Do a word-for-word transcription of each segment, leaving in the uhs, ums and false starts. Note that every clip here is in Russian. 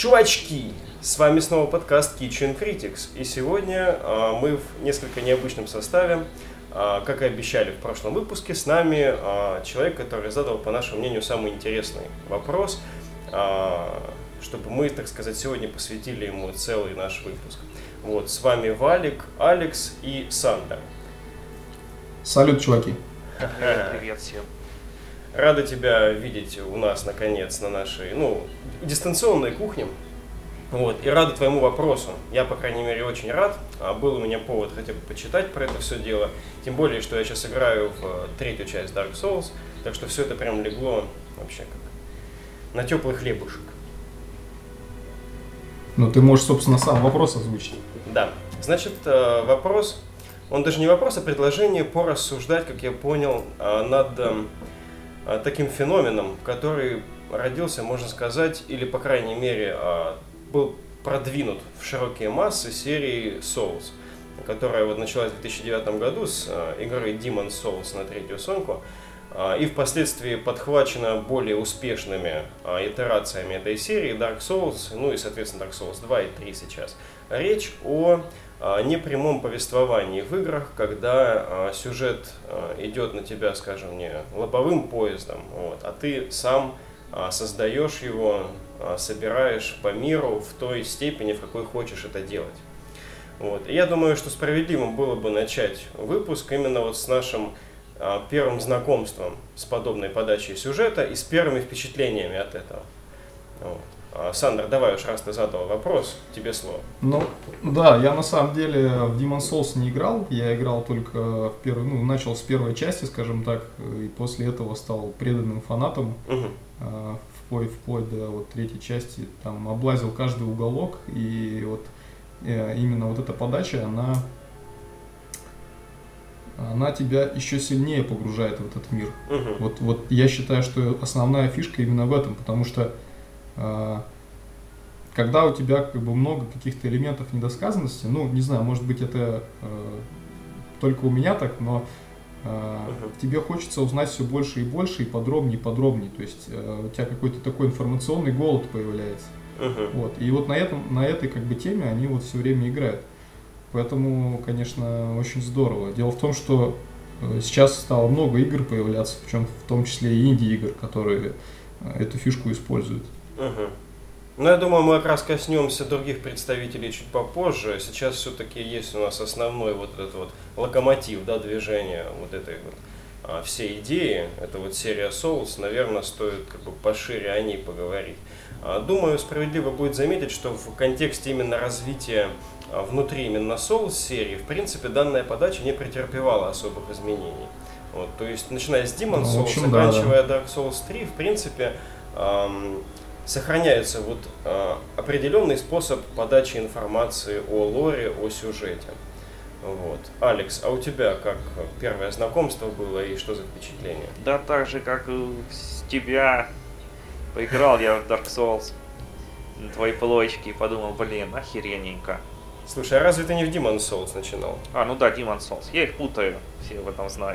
Чувачки, с вами снова подкаст Kitchen Critics, и сегодня а, мы в несколько необычном составе. А, как и обещали в прошлом выпуске, с нами а, человек, который задал, по нашему мнению, самый интересный вопрос, а, чтобы мы, так сказать, сегодня посвятили ему целый наш выпуск. Вот, с вами Валик, Алекс и Сандер. Салют, чуваки. Привет, привет всем. Рады тебя видеть у нас, наконец, на нашей, ну, дистанционной кухне. Вот, и рады твоему вопросу. Я, по крайней мере, очень рад. А был у меня повод хотя бы почитать про это все дело. Тем более, что я сейчас играю в третью часть Dark Souls. Так что все это прям легло вообще как на теплый хлебушек. Ну, ты можешь, собственно, сам вопрос озвучить. Да. Значит, вопрос, он даже не вопрос, а предложение порассуждать, как я понял, над таким феноменом, который родился, можно сказать, или, по крайней мере, был продвинут в широкие массы серии Souls, которая вот началась в две тысячи девятом году с игры Demon's Souls на третью сонку, и впоследствии подхвачена более успешными итерациями этой серии Dark Souls, ну и, соответственно, Dark Souls два и три сейчас. Речь о непрямом повествовании в играх, когда сюжет идет на тебя, скажем, не лобовым поездом, вот, а ты сам создаешь его, собираешь по миру в той степени, в какой хочешь это делать. Вот. И я думаю, что справедливым было бы начать выпуск именно вот с нашим а, первым знакомством с подобной подачей сюжета и с первыми впечатлениями от этого. Вот. А, Сандер, давай уж, раз ты задал вопрос, тебе слово. Ну, да, я на самом деле в Demon's Souls не играл, я играл только в первой, ну, начал с первой части, скажем так, и после этого стал преданным фанатом. Угу. Вплоть, вплоть до вот третьей части, там облазил каждый уголок, и вот э, именно вот эта подача, она, она тебя еще сильнее погружает в этот мир. Uh-huh. Вот, вот я считаю, что основная фишка именно в этом, потому что э, когда у тебя как бы много каких-то элементов недосказанности, ну, не знаю, может быть это э, только у меня так, но Uh-huh. тебе хочется узнать все больше и больше, и подробнее, и подробнее. То есть uh, у тебя какой-то такой информационный голод появляется. Uh-huh. Вот. И вот на, этом, на этой как бы теме они вот все время играют. Поэтому, конечно, очень здорово. Дело в том, что сейчас стало много игр появляться, причем в том числе и инди-игр, которые эту фишку используют. Uh-huh. Ну, я думаю, мы как раз коснемся других представителей чуть попозже. Сейчас все-таки есть у нас основной вот этот вот локомотив, да, движения вот этой вот а, всей идеи. Это вот серия Souls. Наверное, стоит как бы пошире о ней поговорить. А, думаю, справедливо будет заметить, что в контексте именно развития а, внутри именно Souls серии, в принципе, данная подача не претерпевала особых изменений. Вот, то есть, начиная с Demon's Souls, ну, общем, заканчивая да, да. Dark Souls три, в принципе, эм, сохраняется вот э, определенный способ подачи информации о лоре, о сюжете. Вот. Алекс, а у тебя как первое знакомство было и что за впечатление? Да так же, как и с тебя, поиграл я в Dark Souls на твои плойчики и подумал, блин, охеренненько. Слушай, а разве ты не в Demon's Souls начинал? А, ну да, Demon's Souls. Я их путаю, все об этом знают.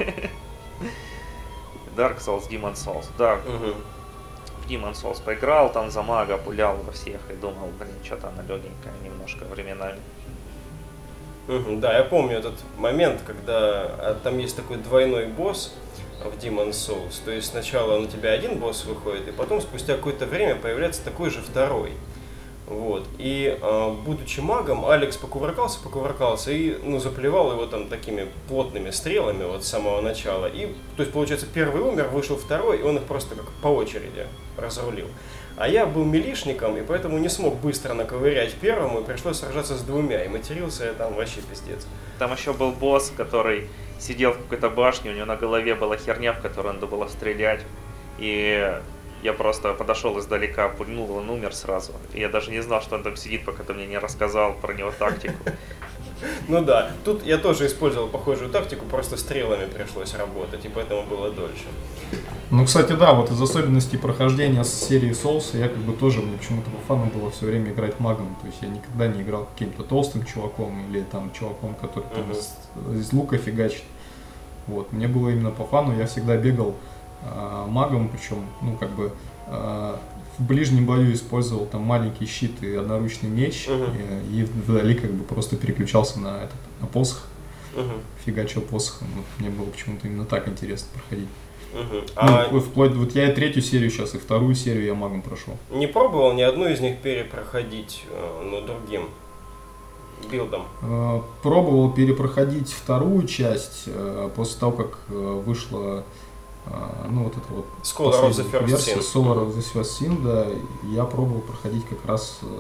Dark Souls, Demon's Souls, да. Угу. Demon's Souls поиграл, там за мага пулял во всех и думал, блин, что-то она легенькая немножко временами. Угу, да, я помню этот момент, когда а, там есть такой двойной босс в Demon's Souls. То есть сначала на тебя один босс выходит, и потом спустя какое-то время появляется такой же второй. Вот. И э, будучи магом, Алекс покувыркался, покувыркался и ну, заплевал его там такими плотными стрелами вот с самого начала. И, то есть, получается, первый умер, вышел второй, и он их просто как по очереди разрулил. А я был милишником, и поэтому не смог быстро наковырять первому, и пришлось сражаться с двумя, и матерился я там вообще пиздец. Там еще был босс, который сидел в какой-то башне, у него на голове была херня, в которую надо было стрелять, и я просто подошел издалека, пульнул, он умер сразу. И я даже не знал, что он там сидит, пока ты мне не рассказал про него тактику. Ну да, тут я тоже использовал похожую тактику, просто стрелами пришлось работать, и поэтому было дольше. Ну, кстати, да, вот из особенностей прохождения с серии Souls я как бы тоже, мне почему-то по фану было все время играть магом. То есть я никогда не играл каким-то толстым чуваком или там чуваком, который там из, из лука фигачит. Вот, мне было именно по фану, я всегда бегал э, магом, причем, ну, как бы, э, в ближнем бою использовал там маленький щит и одноручный меч, Мгм. и, и вдали как бы просто переключался на этот на посох, Мгм. фигачил посохом. Вот мне было почему-то именно так интересно проходить. Мгм. Ну, А вот вплоть, вот я и третью серию сейчас, и вторую серию я магом прошел. не пробовал ни одну из них перепроходить, э, ну, другим билдом? Э, Пробовал перепроходить вторую часть э, после того, как э, вышла э, ну вот это вот Scholar of the последняя First версия Sin. Solar of the First Sin, да, я пробовал проходить как раз э,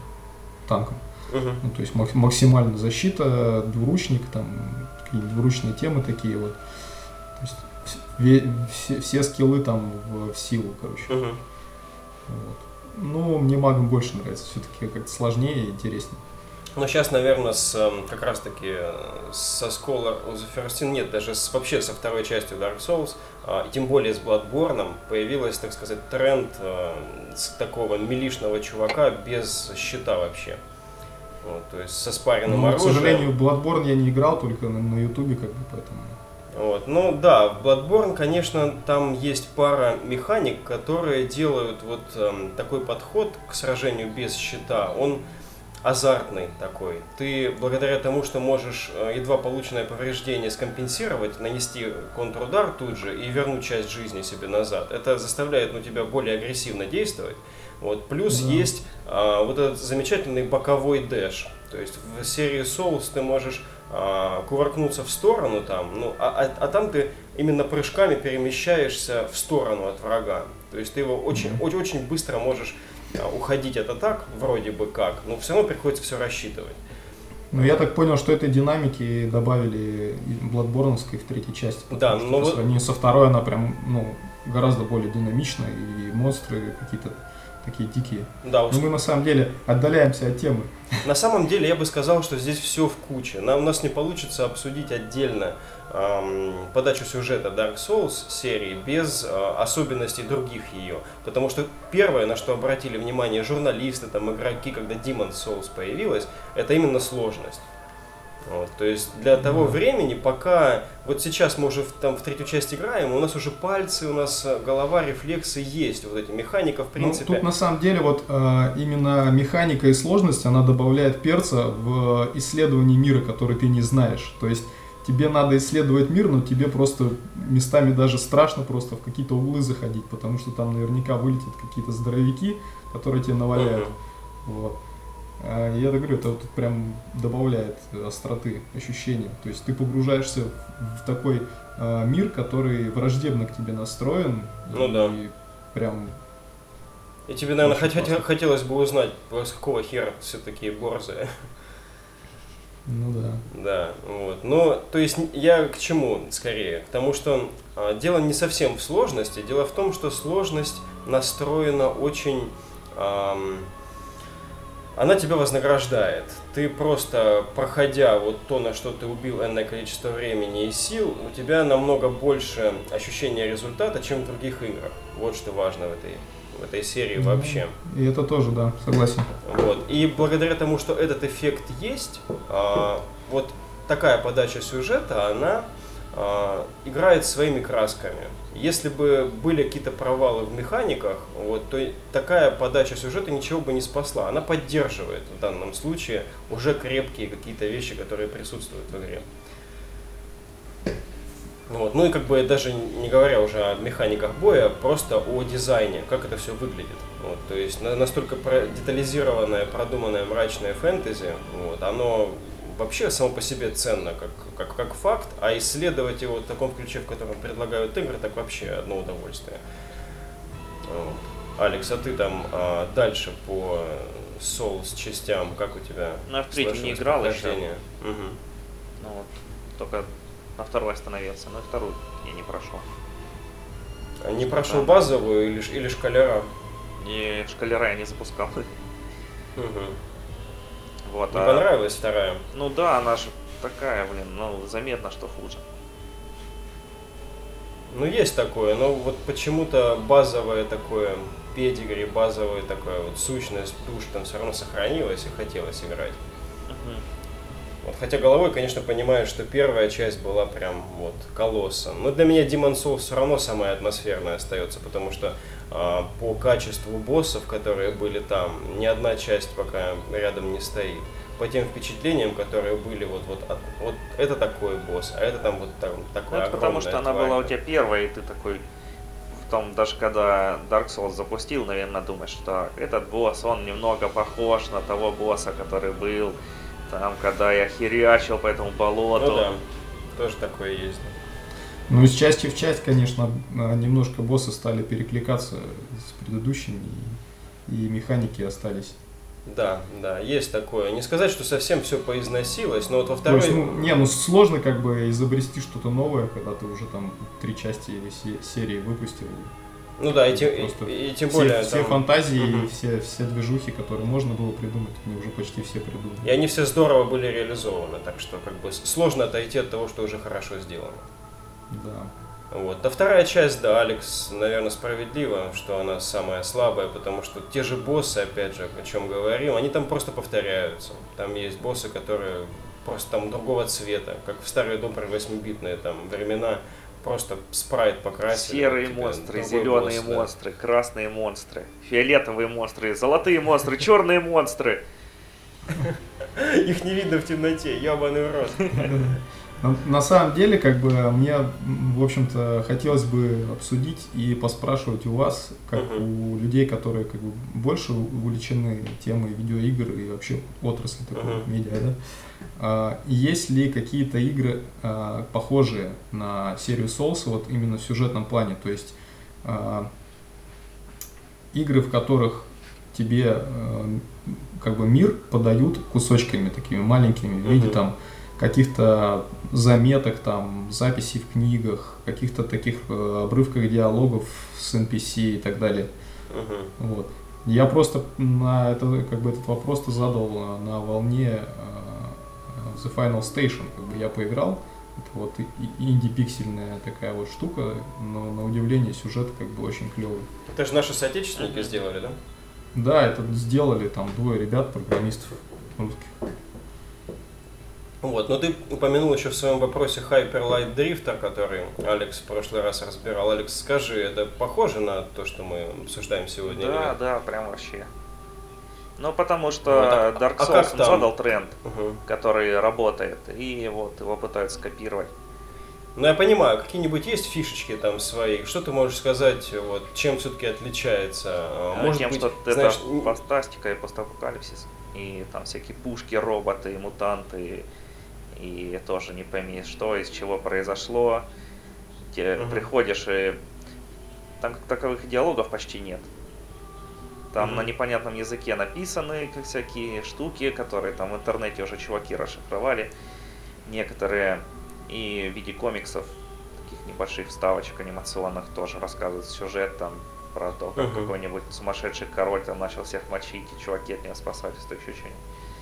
танком. Мгм. Ну, то есть мак- максимально защита, двуручник, там какие-нибудь двуручные темы такие вот. То есть вс- ве- все, все скиллы там в, в силу, короче. Мгм. Вот. Ну, мне магом больше нравится, все-таки как-то сложнее и интереснее. Но сейчас, наверное, с, эм, как раз-таки э, со Scholar of the First Sin, нет, даже с, вообще со второй частью Dark Souls, а, и тем более с Bloodborne, появилась, так сказать, тренд э, с такого милишного чувака без щита вообще. Вот, то есть со спаренным Ну, к оружием. сожалению, в Bloodborne я не играл, только на, на Ютубе, как бы, поэтому... Вот. Ну да, в Bloodborne, конечно, там есть пара механик, которые делают вот эм, такой подход к сражению без щита. Он азартный такой. Ты благодаря тому, что можешь э, едва полученное повреждение скомпенсировать, нанести контрудар тут же и вернуть часть жизни себе назад. Это заставляет ну, тебя более агрессивно действовать. Вот. Плюс Да. есть а, вот этот замечательный боковой дэш. То есть в серии Souls ты можешь а, кувыркнуться в сторону там, ну, а, а, а там ты именно прыжками перемещаешься в сторону от врага. То есть ты его очень, Мгм. очень, очень быстро можешь а, уходить от атак, вроде бы как, но все равно приходится все рассчитывать. Ну, я так понял, что этой динамики добавили и Bloodborne-ской в третьей части. потому Да, что но по вот- сравнению со второй она прям, ну, гораздо более динамичная, и монстры какие-то такие дикие. Да, Но мы на самом деле отдаляемся от темы. на самом деле я бы сказал, что здесь все в куче. Нам, у нас не получится обсудить отдельно эм, подачу сюжета Dark Souls серии без э, особенностей других ее. Потому что первое, на что обратили внимание журналисты, там, игроки, когда Demon's Souls появилась, это именно сложность. Вот, то есть для того Да. времени, пока вот сейчас мы уже в, там, в третью часть играем, у нас уже пальцы, у нас э, голова, рефлексы есть, вот эти механика в принципе. Ну, тут на самом деле вот э, именно механика и сложность, она добавляет перца в исследование мира, который ты не знаешь. То есть тебе надо исследовать мир, но тебе просто местами даже страшно просто в какие-то углы заходить, потому что там наверняка вылетят какие-то здоровяки, которые тебе наваляют. Мгм. Вот. А я так говорю, это вот прям добавляет остроты ощущения. То есть ты погружаешься в, в такой э, мир, который враждебно к тебе настроен. Ну и да. прям И тебе, наверное, Очень хот- классно. хотелось бы узнать, с какого хера все такие борзые. ну да. Да, вот. Но, то есть, я к чему скорее? К тому, что а, дело не совсем в сложности. Дело в том, что сложность настроена очень... ам, она тебя вознаграждает. Ты просто, проходя вот то, на что ты убил энное количество времени и сил, у тебя намного больше ощущения результата, чем в других играх. Вот что важно в этой, в этой серии Ну, вообще. И это тоже, да, согласен. Вот. И благодаря тому, что этот эффект есть, а, вот такая подача сюжета, она а, играет своими красками. Если бы были какие-то провалы в механиках, вот, то и такая подача сюжета ничего бы не спасла. Она поддерживает в данном случае уже крепкие какие-то вещи, которые присутствуют в игре. Вот. Ну и как бы даже не говоря уже о механиках боя, просто о дизайне, как это все выглядит. Вот. То есть на- настолько про- детализированное, продуманное мрачное фэнтези, вот, оно вообще само по себе ценно как, как, как факт, а исследовать его в таком ключе, в котором предлагают игры, так вообще одно удовольствие. Вот. Алекс, а ты там а, дальше по Souls частям, как у тебя? Ну, я в третью не сложилось играл еще. прохождение? Мгм. Ну вот, только на второй остановился, но и вторую я не прошел. А Не прошел Да. базовую или, ш- или шкалера? И шкалера я не запускал. Мгм. Вот, Не а- понравилась вторая? Ну да, она же такая, блин, ну заметно, что хуже. Ну, есть такое, но вот почему-то базовое такое педигри, базовая такая вот сущность душ там все равно сохранилась и хотелось играть. Мгм. Вот, хотя головой, конечно, понимаю, что первая часть была прям вот колоссом. Но для меня Demon's Souls все равно самая атмосферная остается, потому что э, по качеству боссов, которые были там, ни одна часть пока рядом не стоит. По тем впечатлениям, которые были, вот, вот, от, вот это такой босс, а это там вот там, такой ну, огромный. Потому что она была у тебя первая, и ты такой, в том, даже когда Dark Souls запустил, наверное, думаешь, что этот босс, он немного похож на того босса, который был там, когда я херячил по этому болоту. Ну да, тоже такое есть. Ну, из части в часть, конечно, немножко боссы стали перекликаться с предыдущими, и, и механики остались. Да, да, есть такое. Не сказать, что совсем все поизносилось, но вот во второй... То есть, ну, не, ну сложно как бы изобрести что-то новое, когда ты уже там три части или серии выпустил. Ну да, и тем, и, и тем все, более... Все там... фантазии, угу. все, все движухи, которые можно было придумать, они уже почти все придуманы. И они все здорово были реализованы, так что как бы сложно отойти от того, что уже хорошо сделано. Да. Вот. А вторая часть, да, Алекс, наверное, справедливо, что она самая слабая, потому что те же боссы, опять же, о чем говорил, они там просто повторяются. Там есть боссы, которые просто там другого цвета, как в старые добрые восьмибитные там времена, просто спрайт покрасили. Серые монстры, зеленые босс, монстры, да. Красные монстры, фиолетовые монстры, золотые монстры, черные монстры. Их не видно в темноте, ебаный в рот. На самом деле, как бы, мне, в общем-то, хотелось бы обсудить и поспрашивать у вас, как uh-huh. у людей, которые как бы больше увлечены темой видеоигр и вообще отрасли такой uh-huh. медиа, да? А, есть ли какие-то игры а, похожие на серию Souls, вот именно в сюжетном плане, то есть а, игры, в которых тебе а, как бы мир подают кусочками такими маленькими, в виде uh-huh. там каких-то заметок, там, записей в книгах, каких-то таких э, обрывках диалогов с эн пи си и так далее. Uh-huh. Вот. Я просто на это, как бы, этот вопрос-то задал на волне э, The Final Station. Как бы я поиграл, это вот инди-пиксельная такая вот штука, но на удивление сюжет как бы очень клевый. Это же наши соотечественники uh-huh. сделали, да? Да, это сделали там двое ребят, программистов русских. Вот, но ты упомянул еще в своем вопросе Hyper Light Drifter, который Алекс в прошлый раз разбирал. Алекс, скажи, это похоже на то, что мы обсуждаем сегодня? Да, да, прям вообще. Ну, потому что вот, а, Dark Souls а задал тренд, угу. который работает, и вот его пытаются копировать. Ну, я понимаю, какие-нибудь есть фишечки там свои? Что ты можешь сказать, вот, чем все-таки отличается? Может тем, быть, что знаешь, это фантастика и постапокалипсис, и там всякие пушки, роботы, мутанты, и тоже не пойми, что, из чего произошло. Ты uh-huh. приходишь, и там таковых диалогов почти нет. Там uh-huh. на непонятном языке написаны как всякие штуки, которые там в интернете уже чуваки расшифровали. Некоторые и в виде комиксов, таких небольших вставочек анимационных, тоже рассказывают сюжет там про то, как uh-huh. какой-нибудь сумасшедший король там начал всех мочить, и чуваки от него спасались, то еще что-нибудь.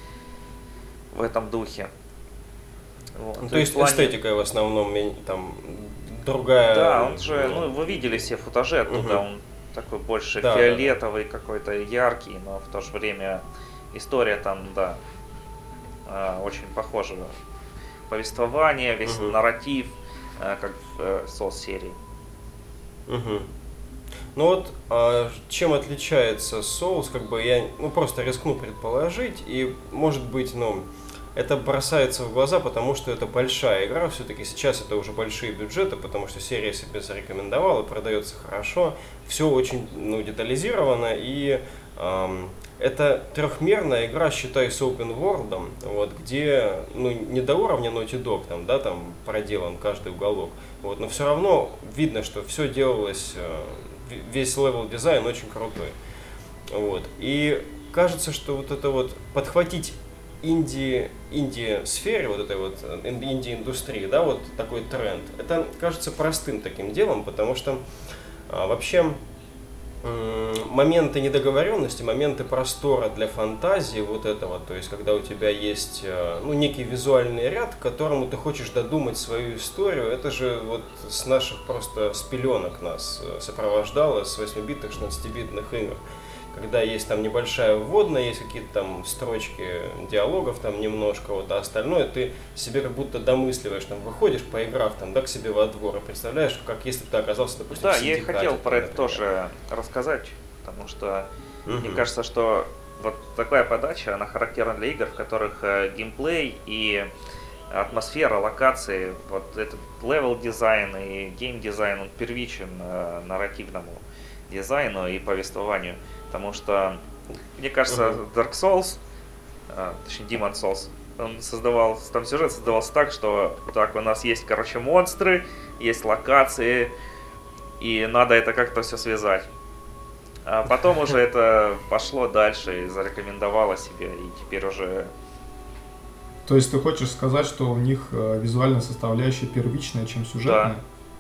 В этом духе. Вот. Ну, то есть плане... эстетика в основном там другая. Да, он же, ну, вы видели все футажи оттуда, угу. он такой больше да, фиолетовый, да, да. какой-то яркий, но в то же время история там, да, очень похожа. Повествование, весь угу. нарратив, как в Souls-серии. Угу. Ну вот, а чем отличается Souls, как бы я, ну, просто рискну предположить, и может быть, ну, это бросается в глаза, потому что это большая игра, все-таки сейчас это уже большие бюджеты, потому что серия себя зарекомендовала, продается хорошо, все очень, ну, детализировано, и эм, это трехмерная игра, считай, с open world, вот, где, ну, не до уровня Naughty Dog, там, да, там проделан каждый уголок, вот, но все равно видно, что все делалось, э, весь левел дизайн очень крутой, вот, и кажется, что вот это вот подхватить инди, инди-сфере, вот этой вот инди-индустрии, да, вот такой тренд, это кажется простым таким делом, потому что а, вообще м- моменты недоговоренности, моменты простора для фантазии вот этого, то есть когда у тебя есть, а, ну, некий визуальный ряд, к которому ты хочешь додумать свою историю, это же вот с наших просто с пеленок нас сопровождало, с восьмибитных, шестнадцатибитных игр. когда есть там небольшая вводная, есть какие-то там строчки диалогов там немножко, вот, а остальное ты себе как будто домысливаешь, там, выходишь, поиграв там, да, к себе во двор, и представляешь, как если бы ты оказался, допустим, Да, в я и синдикате, хотел про это например. тоже рассказать, потому что Мгм. мне кажется, что вот такая подача, она характерна для игр, в которых э, геймплей и атмосфера, локации, вот этот левел-дизайн и гейм-дизайн, он первичен э, нарративному дизайну и повествованию. Потому что, мне кажется, Мгм. Dark Souls, э, точнее Demon Souls, он создавал, там сюжет создавался так, что так, у нас есть, короче, монстры, есть локации, и надо это как-то все связать. А потом уже это пошло дальше и зарекомендовало себя, и теперь уже... То есть ты хочешь сказать, что у них э, визуальная составляющая первичная, чем сюжетная?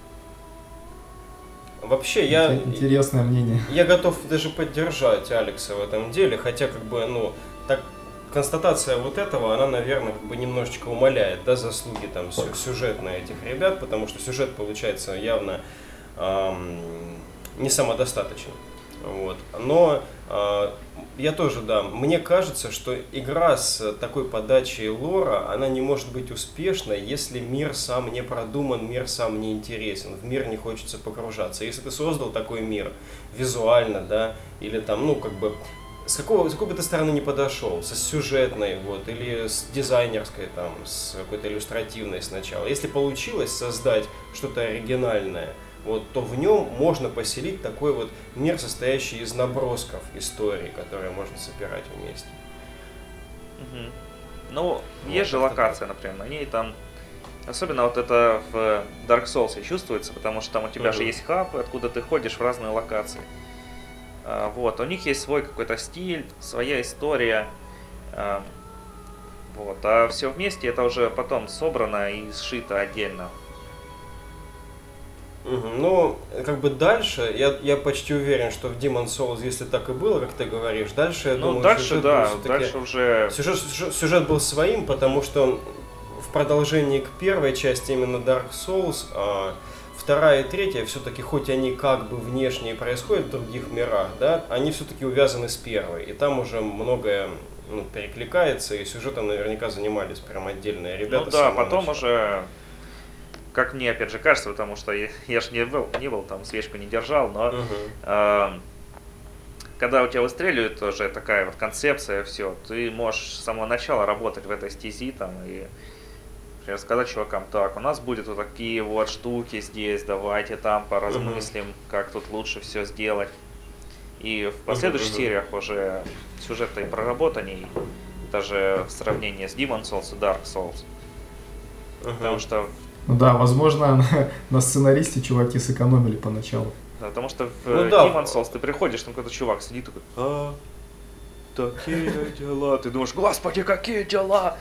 Вообще, я, Инте- Интересное мнение. я готов даже поддержать Алекса в этом деле, хотя, как бы, ну, так, констатация вот этого, она, наверное, как бы немножечко умаляет, да, заслуги там сю- сюжетные этих ребят, потому что сюжет получается явно эм, не самодостаточен. Вот. Но э, я тоже, да, мне кажется, что игра с такой подачей лора, она не может быть успешной, если мир сам не продуман, мир сам не интересен, в мир не хочется погружаться. Если ты создал такой мир визуально, да, или там, ну, как бы, с какого, с какой бы ты стороны не подошел, со сюжетной, вот, или с дизайнерской, там, с какой-то иллюстративной сначала. Если получилось создать что-то оригинальное, вот, то в нем можно поселить такой вот мир, состоящий из набросков истории, которые можно собирать вместе. Мгм. Ну, Вот есть же как-то локация, например, на ней там... Особенно вот это в Dark Souls чувствуется, потому что там у тебя же Мгм. есть хаб, откуда ты ходишь в разные локации. А, Вот, у них есть свой какой-то стиль, своя история. а, Вот, а все вместе это уже потом собрано и сшито отдельно. Мгм. Ну, как бы дальше, я, я почти уверен, что в Demon's Souls, если так и было, как ты говоришь, дальше, я Ну, думаю, дальше, сюжет да, был всё-таки- дальше уже... Сюжет, сюжет- сюжет был своим, потому что в продолжении к первой части именно Dark Souls, а, вторая и третья, все-таки, хоть они как бы внешне происходят в других мирах, да, они все-таки увязаны с первой, и там уже многое, ну, перекликается, и сюжетом наверняка занимались прям отдельные ребята. Ну с да, самого потом начала. уже, как мне опять же кажется, потому что я, я же не был, не был там, свечку не держал, но Мгм. э, когда у тебя выстреливает тоже такая вот концепция, все, ты можешь с самого начала работать в этой стези там и например, сказать чувакам, так, у нас будет вот такие вот штуки здесь, давайте там поразмыслим, как тут лучше все сделать. И в последующих Мгм, мгм. сериях уже сюжет-то и проработанней, даже в сравнении с Demon Souls и Dark Souls. Мгм. Потому что, Ну да, возможно, на, на сценаристе чуваки сэкономили поначалу. да, потому что в Ну э, да. Demon Souls ты приходишь, там какой-то чувак сидит такой, а, такие дела. Ты думаешь, господи, какие дела!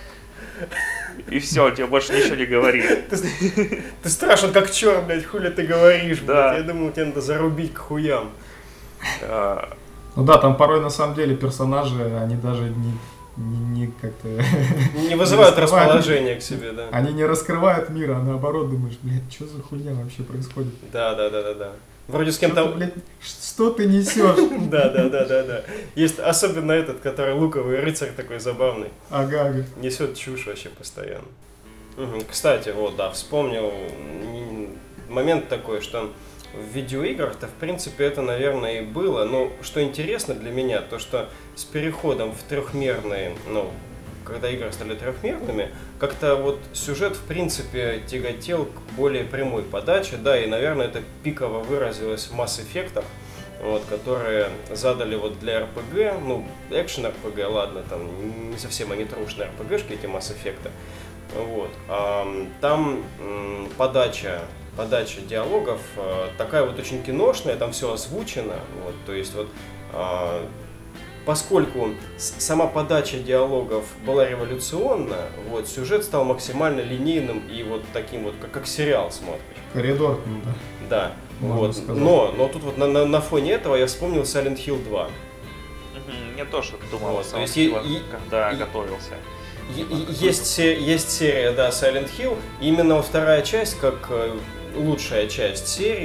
И все, тебе больше ничего не говорит. Ты, ты страшен как черт, блядь, хули ты говоришь, Да. блядь. Я думаю, тебе надо зарубить к хуям. А, Ну да, там порой на самом деле персонажи, они даже не, не, не как-то... Не вызывают Не раскрывают. расположения к себе, да. Они не раскрывают мира, а наоборот думаешь, блядь, что за хуйня вообще происходит? Да, да, да, да, да. Вроде с Чё кем-то... ты, блядь, что ты несешь? Да, да, да, да, да. Есть особенно этот, который луковый рыцарь такой забавный. Ага, ага. Несет чушь вообще постоянно. Мгм. Кстати, вот, да, вспомнил м, момент такой, что в видеоиграх-то, в принципе, это, наверное, и было. Но что интересно для меня, то что с переходом в трехмерные, ну, когда игры стали трехмерными, как-то вот сюжет, в принципе, тяготел к более прямой подаче, да, и, наверное, это пиково выразилось в Mass Effect'ах, вот, которые задали вот для эр пи джи, ну, экшен эр пи джи, ладно, там не совсем они трушные эр пи джи-шки, эти Mass Effect'ы, вот, а, там м, подача, подача диалогов а, такая вот очень киношная, там все озвучено, вот, то есть вот, а, поскольку с- сама подача диалогов была революционна, вот, сюжет стал максимально линейным и вот таким вот, как, как сериал смотришь. Коридор, ну да. Да, Можно вот. сказать. Но, но тут вот на, на, на фоне этого я вспомнил Silent Hill два. мгм, я тоже думал Вот, о то есть Silent Hill'ах, и- и- когда и- готовился. Е- е- Есть, се- есть серия, да, Silent Hill. И именно вот вторая часть, как э, лучшая часть серии,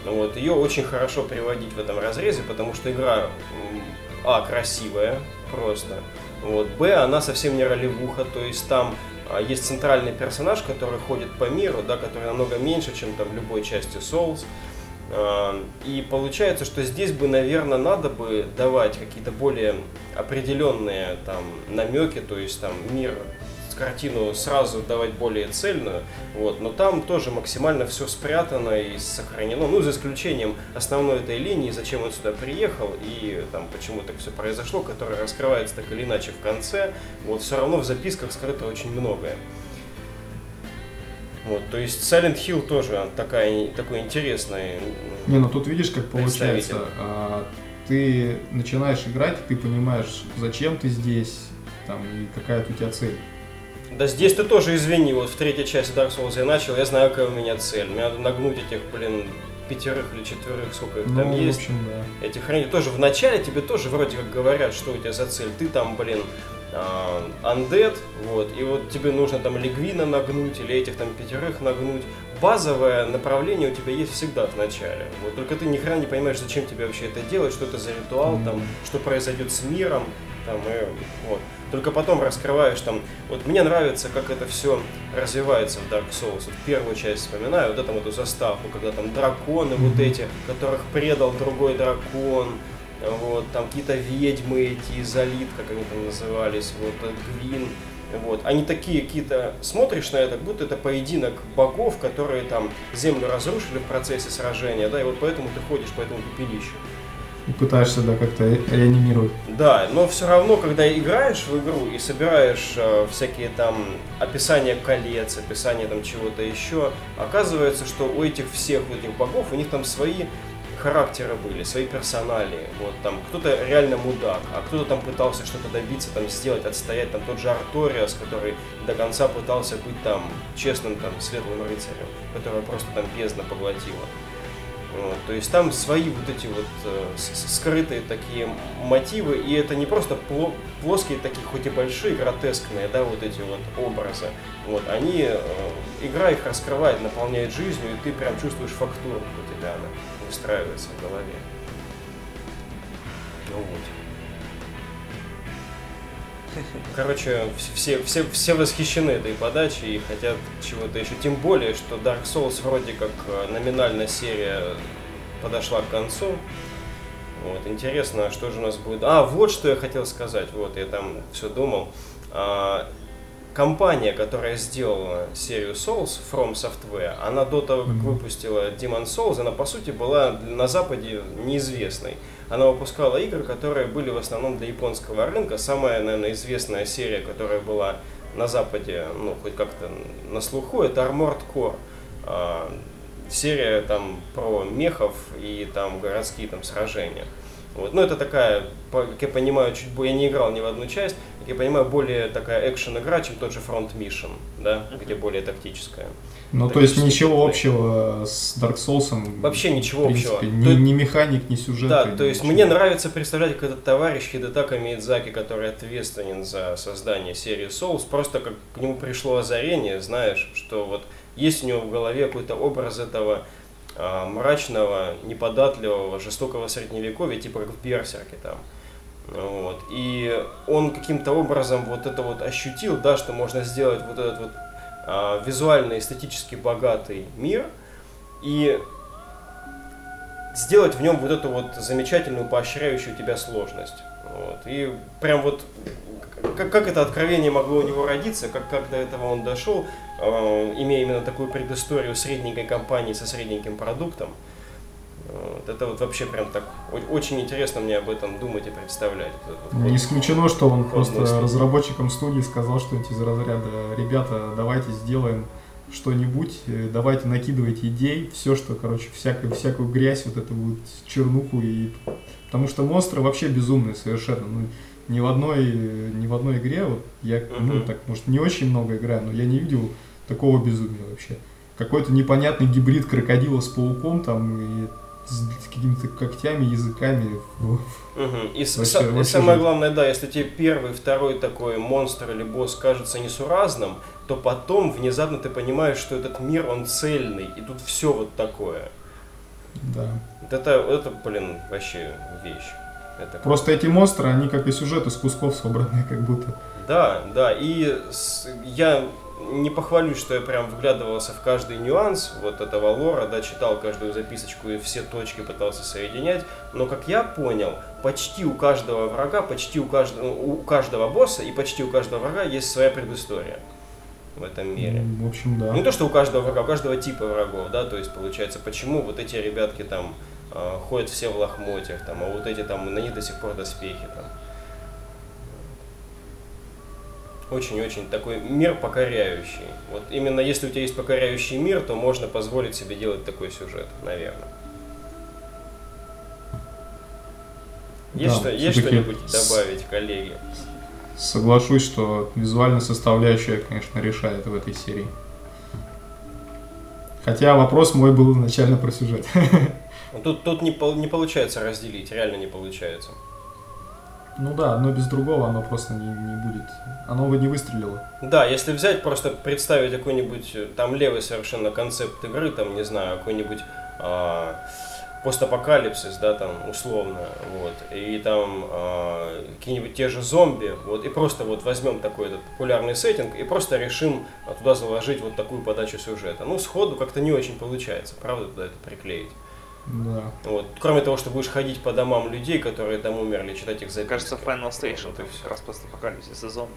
Вот, ее очень хорошо приводить в этом разрезе, потому что игра, а, красивая просто, вот, б, она совсем не ролевуха, то есть там а, есть центральный персонаж, который ходит по миру, да, который намного меньше, чем там в любой части Souls. А, и получается, что здесь бы, наверное, надо бы давать какие-то более определенные там намеки, то есть там мир, картину сразу давать более цельную, вот, но там тоже максимально все спрятано и сохранено, ну, за исключением основной этой линии, зачем он сюда приехал и там почему так все произошло, которая раскрывается так или иначе в конце, вот, все равно в записках скрыто очень многое. Вот, то есть Silent Hill тоже такая, такой интересный. Не, ну тут видишь, как получается, а, ты начинаешь играть, ты понимаешь, зачем ты здесь, там, и какая у тебя цель. Да здесь ты тоже, извини, вот в третьей части Dark Souls я начал, я знаю, какая у меня цель. Мне надо нагнуть этих, блин, пятерых или четверых, сколько их ну, там есть. В общем, да. Этих хранителей тоже в начале тебе тоже вроде как говорят, что у тебя за цель. Ты там, блин, undead, вот, и вот тебе нужно там Лигвина нагнуть или этих там пятерых нагнуть. Базовое направление у тебя есть всегда в начале. Вот, только ты ни хрена не понимаешь, зачем тебе вообще это делать, что это за ритуал, mm-hmm. там, что произойдет с миром. Там, и, вот. Только потом раскрываешь там. Вот мне нравится, как это все развивается в Dark Souls. Вот первую часть вспоминаю, вот эту, эту заставку, когда там драконы mm-hmm. вот эти, которых предал другой дракон, вот, там какие-то ведьмы эти, изолит, как они там назывались, вот, Гвин. Вот. Они такие какие-то, смотришь на это, как будто это поединок богов, которые там землю разрушили в процессе сражения, да, и вот поэтому ты ходишь по этому пепелищу. И пытаешься, да, как-то реанимировать. Да, но все равно, когда играешь в игру и собираешь э, всякие там описания колец, описания там чего-то еще, оказывается, что у этих всех этих богов, у них там свои характеры были, свои персоналии. Вот там кто-то реально мудак, а кто-то там пытался что-то добиться, там сделать, отстоять, там тот же Арториас, который до конца пытался быть там честным, там, светлым рыцарем, которого просто там бездна поглотила. Вот, то есть там свои вот эти вот э, скрытые такие мотивы, и это не просто пло- плоские такие, хоть и большие, гротескные, да, вот эти вот образы. Вот, они, э, игра их раскрывает, наполняет жизнью, и ты прям чувствуешь фактуру, как у тебя она выстраивается в голове. Ну вот. Короче, все, все, все восхищены этой подачей и хотят чего-то еще. Тем более, что Dark Souls вроде как номинально серия подошла к концу. Вот, интересно, что же у нас будет. А, вот что я хотел сказать. Вот, я там все думал. А, компания, которая сделала серию Souls, From Software, она до того, как выпустила Demon's Souls, она по сути была на Западе неизвестной. Она выпускала игры, которые были в основном для японского рынка. Самая, наверное, известная серия, которая была на Западе, ну, хоть как-то на слуху, это Armored Core. А, серия там про мехов и там городские там сражения. Вот. Ну, это такая, как я понимаю, чуть более, я не играл ни в одну часть, как я понимаю, более такая экшен-игра, чем тот же Front Mission, да, где более тактическая. Ну, то есть ничего общего с Dark Souls. Вообще ничего принципе, общего. Ни, то, ни механик, ни сюжет. Да, то есть мне нравится представлять, как этот товарищ Хидетака Миядзаки, который ответственен за создание серии Souls, просто как к нему пришло озарение, знаешь, что вот есть у него в голове какой-то образ этого а, мрачного, неподатливого, жестокого средневековья, типа как в Берсерке там. Вот. И он каким-то образом вот это вот ощутил, да, что можно сделать вот этот вот а, визуально эстетически богатый мир и сделать в нем вот эту вот замечательную поощряющую тебя сложность. Вот. И прям вот как, как это откровение могло у него родиться, как, как до этого он дошел, э, имея именно такую предысторию средненькой компании со средненьким продуктом. Вот. Это вот вообще прям так очень интересно мне об этом думать и представлять. Вот, не исключено, что он просто мысли. разработчикам студии сказал что-нибудь из разряда: ребята, давайте сделаем что-нибудь, давайте накидывайте идей, все, что, короче, всякую, всякую грязь, вот эту вот чернуху. И... Потому что монстры вообще безумные совершенно. Ну, ни в одной, ни в одной игре, вот я, uh-huh. ну, так, может, не очень много играю, но я не видел такого безумия вообще. Какой-то непонятный гибрид крокодила с пауком там и с какими-то когтями, языками. Угу. И вообще, с- вообще и самое жить. главное, да, если тебе первый, второй такой монстр или босс кажется несуразным, то потом внезапно ты понимаешь, что этот мир, он цельный, и тут все вот такое. Да. Вот это, это, блин, вообще вещь. Это Просто эти монстры, они как и сюжет из кусков собранные, как будто. Да, да, и с, я не похвалюсь, что я прям вглядывался в каждый нюанс вот этого лора, да, читал каждую записочку и все точки пытался соединять, но, как я понял, почти у каждого врага, почти у каждого, у каждого босса и почти у каждого врага есть своя предыстория в этом мире. В общем, да. Ну, не то, что у каждого врага, у каждого типа врагов, да, то есть, получается, почему вот эти ребятки там э, ходят все в лохмотьях, там, а вот эти там, на них до сих пор доспехи, там. Очень-очень такой мир покоряющий. Вот именно если у тебя есть покоряющий мир, то можно позволить себе делать такой сюжет, наверное. Есть, Да, что, есть все-таки что-нибудь добавить, коллеги? Соглашусь, что визуальная составляющая, конечно, решает в этой серии. Хотя вопрос мой был изначально про сюжет. Тут, тут не, не получается разделить, реально не получается. Ну да, одно без другого, оно просто не, не будет. Оно бы не выстрелило. Да, если взять, просто представить какой-нибудь там левый совершенно концепт игры, там, не знаю, какой-нибудь а, постапокалипсис, да, там, условно, вот, и там а, какие-нибудь те же зомби, вот, и просто вот возьмем такой этот популярный сеттинг и просто решим туда заложить вот такую подачу сюжета. Ну, сходу как-то не очень получается, правда, туда это приклеить. Да. Вот. Кроме того, что будешь ходить по домам людей, которые там умерли, читать их записки. Кажется, Final Station, вот там как раз постапокалипсис и зомби.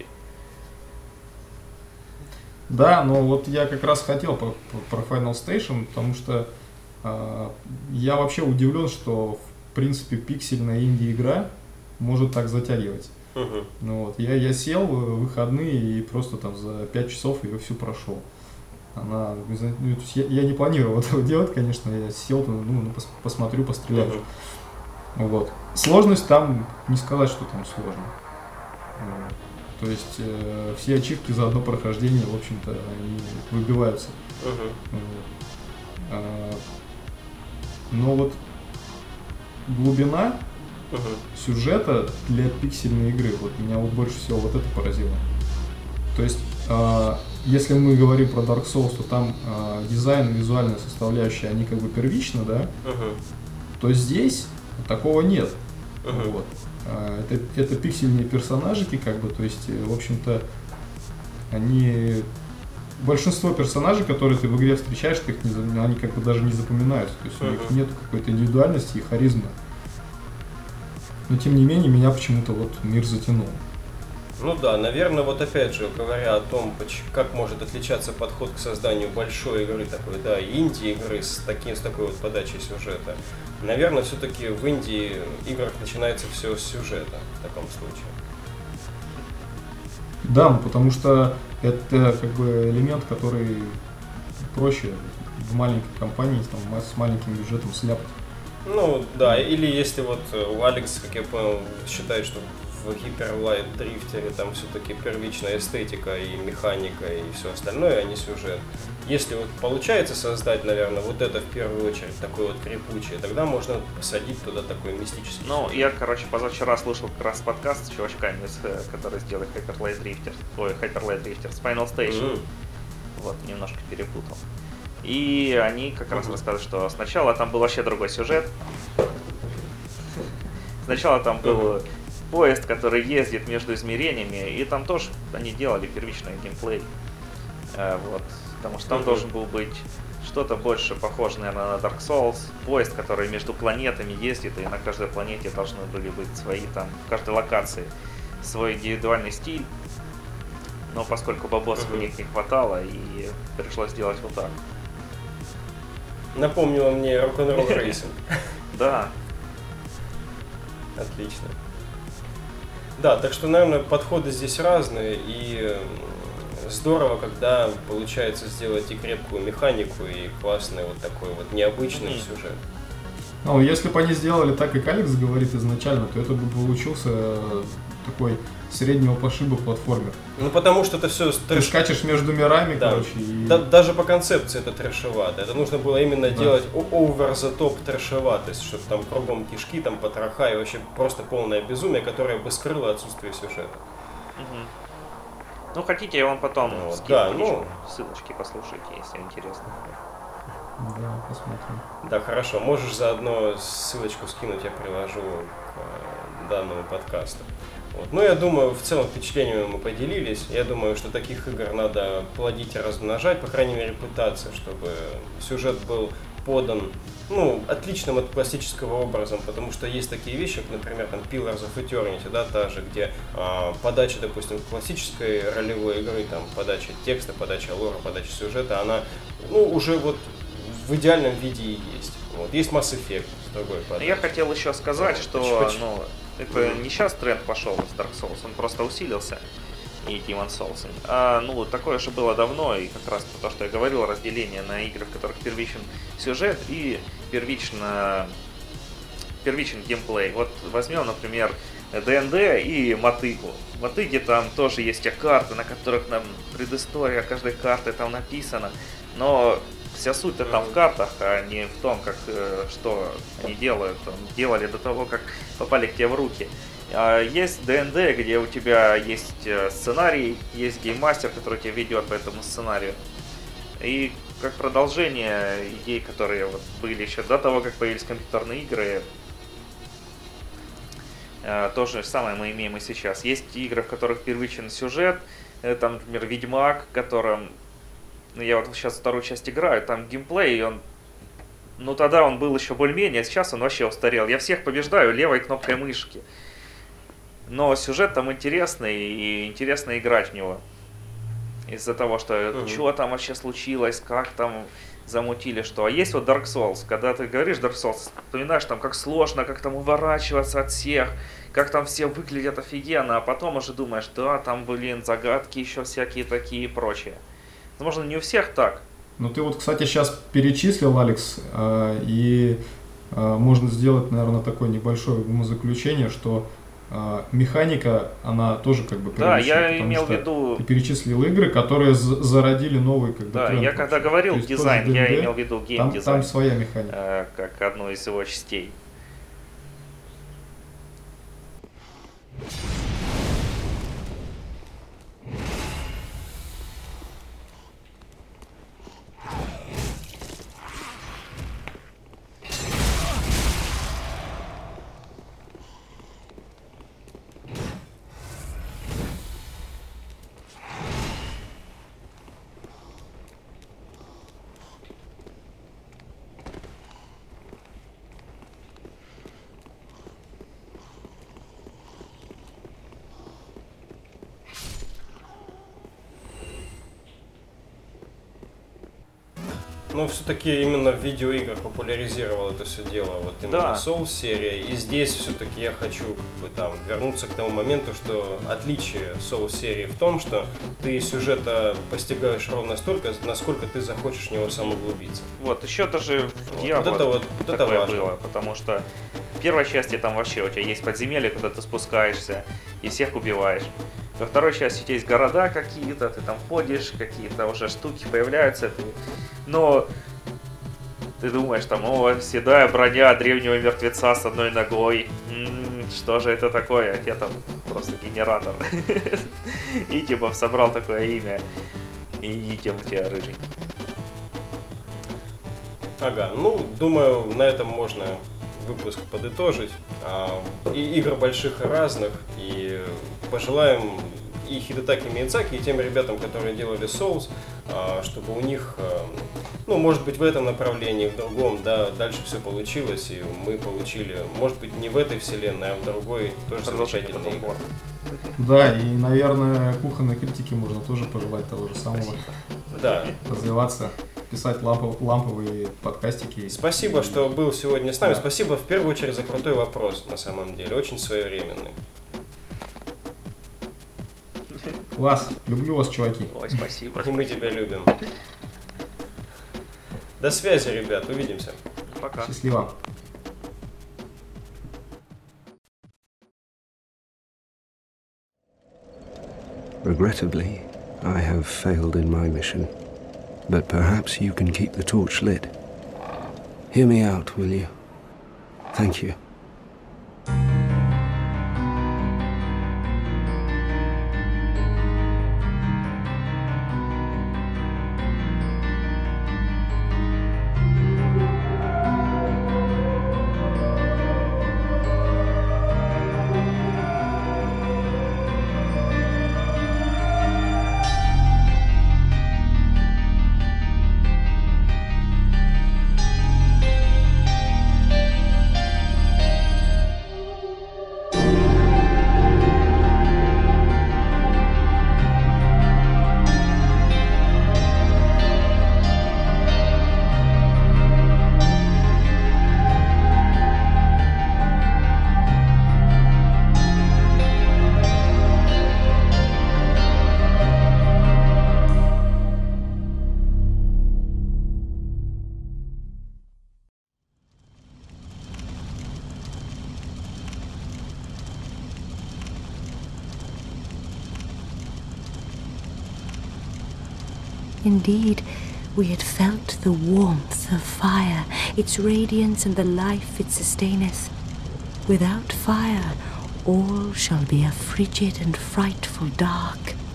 Да, но вот я как раз хотел по, по, про Final Station, потому что э, я вообще удивлен, что в принципе пиксельная инди-игра может так затягивать. Угу. Ну, вот, я, я сел в выходные и просто там за пять часов ее всю прошел. Она, ну, я, я не планировал этого делать, конечно, я сел, ну, пос, посмотрю, постреляю. Uh-huh. Вот. Сложность там, не сказать, что там сложно. Вот. То есть э, все ачивки за одно прохождение, в общем-то, они выбиваются. Uh-huh. Вот. А, но вот глубина uh-huh. сюжета для пиксельной игры, вот меня вот больше всего вот это поразило. То есть э, если мы говорим про Dark Souls, то там э, дизайн и визуальная составляющая, они как бы первичны, да? Uh-huh. То здесь такого нет. Uh-huh. Вот. Э, это, это пиксельные персонажики, как бы, то есть, в общем-то, они... Большинство персонажей, которые ты в игре встречаешь, ты их не, они как бы даже не запоминаются. То есть uh-huh. у них нет какой-то индивидуальности и харизмы. Но тем не менее, меня почему-то вот мир затянул. Ну да, наверное, вот опять же, говоря о том, как может отличаться подход к созданию большой игры, такой, да, инди-игры с, таким, с такой вот подачей сюжета, наверное, все-таки в инди-играх начинается все с сюжета в таком случае. Да, ну потому что это как бы элемент, который проще в маленькой компании там, с маленьким бюджетом сляпать. Ну да, или если вот у Алекс, как я понял, считает, что в Hyper Light Drifter там все-таки первичная эстетика и механика и все остальное, а не сюжет. Если вот получается создать, наверное, вот это в первую очередь такое вот крепучее, тогда можно посадить туда такой мистический. Ну, сюжет. я, короче, позавчера слушал как раз подкаст с чувачками, которые сделали Hyper Light Drifter, ой, Hyper Light Drifter с Final Station. Mm-hmm. Вот, немножко перепутал. И они как раз mm-hmm. рассказывают, что сначала там был вообще другой сюжет. Сначала там был mm-hmm. поезд, который ездит между измерениями, и там тоже они делали первичный геймплей. Вот. Потому что там mm-hmm. должен был быть что-то больше похожее, наверное, на Dark Souls. Поезд, который между планетами ездит, и на каждой планете должны были быть свои там, в каждой локации свой индивидуальный стиль. Но поскольку бабосов mm-hmm. у них не хватало, и пришлось делать вот так. Напомнило мне Rock'n'Roll Racing. Да. Отлично. Да, так что, наверное, подходы здесь разные, и здорово, когда получается сделать и крепкую механику, и классный вот такой вот необычный mm-hmm. сюжет. Ну, если бы они сделали так, как Алекс говорит изначально, то это бы получился такой среднего пошиба платформер. Ну, потому что это все... Ты трэш... скачешь между мирами, да. короче, и... Да, даже по концепции это трэшевато. Это нужно было именно да. делать over the top трэшеватость, чтобы там кругом кишки, там потроха и вообще просто полное безумие, которое бы скрыло отсутствие сюжета. Угу. Ну, хотите, я вам потом вот, скину да, ну... ссылочки, послушайте, если интересно. Да, посмотрим. Да, хорошо. Можешь заодно ссылочку скинуть, я приложу к данному подкасту. Вот. Ну, я думаю, в целом впечатлениями мы поделились. Я думаю, что таких игр надо плодить и размножать, по крайней мере, пытаться, чтобы сюжет был подан, ну, отличным от классического образом, потому что есть такие вещи, как, например, там, Pillars of Eternity, да, та же, где а, подача, допустим, классической ролевой игры, там, подача текста, подача лора, подача сюжета, она, ну, уже вот в идеальном виде и есть. Вот. Есть Mass Effect с другой подачей. Я хотел еще сказать, Вот. что, Почему? ну, это не сейчас тренд пошел с Dark Souls, он просто усилился, и Demon's Souls. А, ну, такое же было давно, и как раз то, что я говорил, разделение на игры, в которых первичен сюжет и первично, первичен геймплей. Вот возьмем, например, ди энд ди и Мотыгу. В Мотыге там тоже есть те карты, на которых нам предыстория каждой карты там написана, но вся суть-то там в картах, а не в том, как, что они делают, делали до того, как попали к тебе в руки. Есть ди энд ди, где у тебя есть сценарий, есть гейммастер, который тебя ведет по этому сценарию. И как продолжение идей, которые вот были еще до того, как появились компьютерные игры, то же самое мы имеем и сейчас. Есть игры, в которых первичен сюжет, там, например, Ведьмак, в котором, ну, я вот сейчас вторую часть играю, там геймплей, он, ну, тогда он был еще более-менее, а сейчас он вообще устарел. Я всех побеждаю левой кнопкой мышки. Но сюжет там интересный, и интересно играть в него. Из-за того, что mm-hmm. что там вообще случилось, как там замутили, что. А есть вот Dark Souls, когда ты говоришь Dark Souls, вспоминаешь там, как сложно, как там уворачиваться от всех, как там все выглядят офигенно, а потом уже думаешь, да, там, блин, загадки еще всякие такие и прочее. Возможно, не у всех так. Ну ты вот, кстати, сейчас перечислил, Алекс, э, и э, можно сделать, наверное, такое небольшое умозаключение, что э, механика, она тоже как бы да, первичная, я имел в виду... Ты перечислил игры, которые з- зародили новый как бы Да, тренд. я когда говорил дизайн, я имел в виду геймдизайн. Там, там своя механика. Э, как одну из его частей. Но все-таки именно в видеоиграх популяризировал это все дело, вот именно Да. Souls серия. И здесь все-таки я хочу как бы, там, вернуться к тому моменту, что отличие Souls серии в том, что ты сюжета постигаешь ровно столько, насколько ты захочешь в него сам углубиться. Вот, еще даже в Diablo Вот это вот, вот это такое важно. было, потому что в первой части там вообще у тебя есть подземелье, куда ты спускаешься и всех убиваешь. Во второй части у тебя есть города какие-то, ты там ходишь, какие-то уже штуки появляются, ты... но ты думаешь там, о, седая броня древнего мертвеца с одной ногой, м-м, что же это такое? А я там просто генератор. И типа собрал такое имя, и тем у тебя рыжий. Ага, ну, думаю, на этом можно выпуск подытожить. А, и игр больших и разных, и пожелаем и Хидетаки Миядзаки, и тем ребятам, которые делали Souls, а, чтобы у них, а, ну, может быть, в этом направлении, в другом, да, дальше все получилось, и мы получили, может быть, не в этой вселенной, а в другой, тоже замечательный игры. Да, и, наверное, кухонной критике можно тоже пожелать того же самого. Да. Развиваться, писать лампов, ламповые подкастики. Спасибо, и... что был сегодня с нами. Да. Спасибо в первую очередь за крутой вопрос, на самом деле, очень своевременный. Класс, люблю вас, чуваки. Ой, спасибо. И мы тебя любим. До связи, ребят, увидимся. Пока. Счастливо. Regrettably, I have failed in my mission, but perhaps you can keep the torch lit. Hear me out, will you? Thank you. Indeed, we had felt the warmth of fire, its radiance and the life it sustaineth. Without fire, all shall be a frigid and frightful dark.